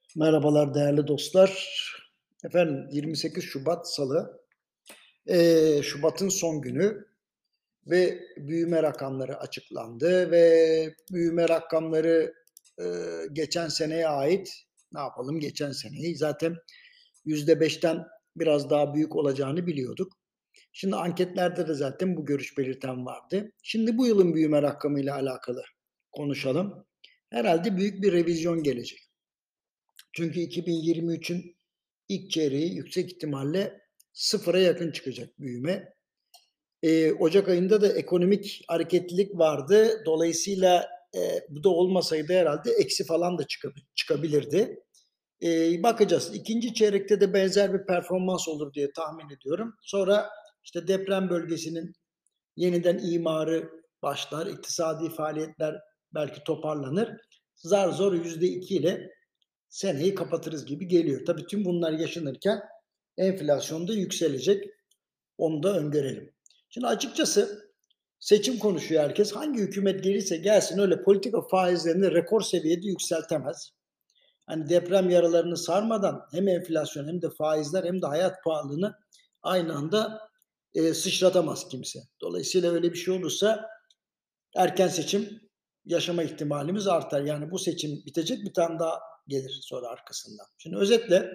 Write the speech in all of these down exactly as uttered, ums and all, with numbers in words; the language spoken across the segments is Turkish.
Merhabalar değerli dostlar. Efendim yirmi sekiz Şubat Salı. Eee, Şubat'ın son günü ve büyüme rakamları açıklandı ve büyüme rakamları, eee, geçen seneye ait. Ne yapalım geçen seneyi zaten yüzde beşten biraz daha büyük olacağını biliyorduk. Şimdi anketlerde de zaten bu görüş belirten vardı. Şimdi bu yılın büyüme rakamıyla alakalı konuşalım. Herhalde büyük bir revizyon gelecek. Çünkü iki bin yirmi üçün ilk çeyreği yüksek ihtimalle sıfıra yakın çıkacak büyüme. Eee, ocak ayında da ekonomik hareketlilik vardı. Dolayısıyla, eee, bu da olmasaydı herhalde eksi falan da çıkabi çıkabilirdi. Eee, bakacağız. ikinci çeyrekte de benzer bir performans olur diye tahmin ediyorum. Sonra, işte, deprem bölgesinin yeniden imarı başlar, iktisadi faaliyetler belki toparlanır. Zar zor yüzde iki ile seneyi kapatırız gibi geliyor. Tabii tüm bunlar yaşanırken enflasyon da yükselecek. Onu da öngörelim. Şimdi açıkçası seçim konuşuyor herkes. Hangi hükümet gelirse gelsin öyle politika faizlerini rekor seviyede yükseltemez. Hani deprem yaralarını sarmadan hem enflasyon hem de faizler hem de hayat pahalılığını aynı anda e, sıçratamaz kimse. Dolayısıyla öyle bir şey olursa erken seçim yaşama ihtimalimiz artar. Yani bu seçim bitecek, bir tane daha gelir sonra arkasından. Şimdi özetle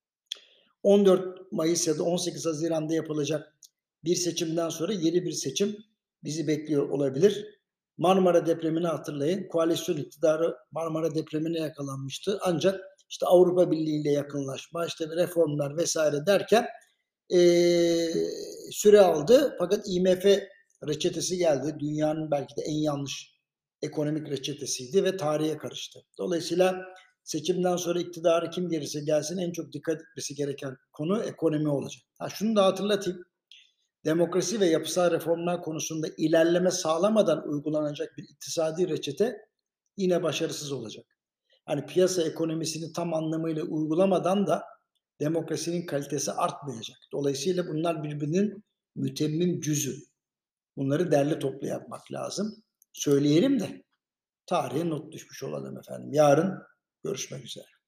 on dört Mayıs ya da on sekiz Haziran'da yapılacak bir seçimden sonra yeni bir seçim bizi bekliyor olabilir. Marmara depremini hatırlayın. Koalisyon iktidarı Marmara depremine yakalanmıştı. Ancak işte Avrupa Birliği ile yakınlaşma, işte reformlar vesaire derken eee, süre aldı. Fakat I M F reçetesi geldi. Dünyanın belki de en yanlış ekonomik reçetesiydi ve tarihe karıştı. Dolayısıyla seçimden sonra iktidarı kim gelirse gelsin en çok dikkat etmesi gereken konu ekonomi olacak. Ha, şunu da hatırlatayım. Demokrasi ve yapısal reformlar konusunda ilerleme sağlamadan uygulanacak bir iktisadi reçete yine başarısız olacak. Hani piyasa ekonomisini tam anlamıyla uygulamadan da demokrasinin kalitesi artmayacak. Dolayısıyla bunlar birbirinin mütemmim cüzü. Bunları derli toplu yapmak lazım. Söyleyelim de tarihe not düşmüş olalım efendim. Yarın görüşmek üzere.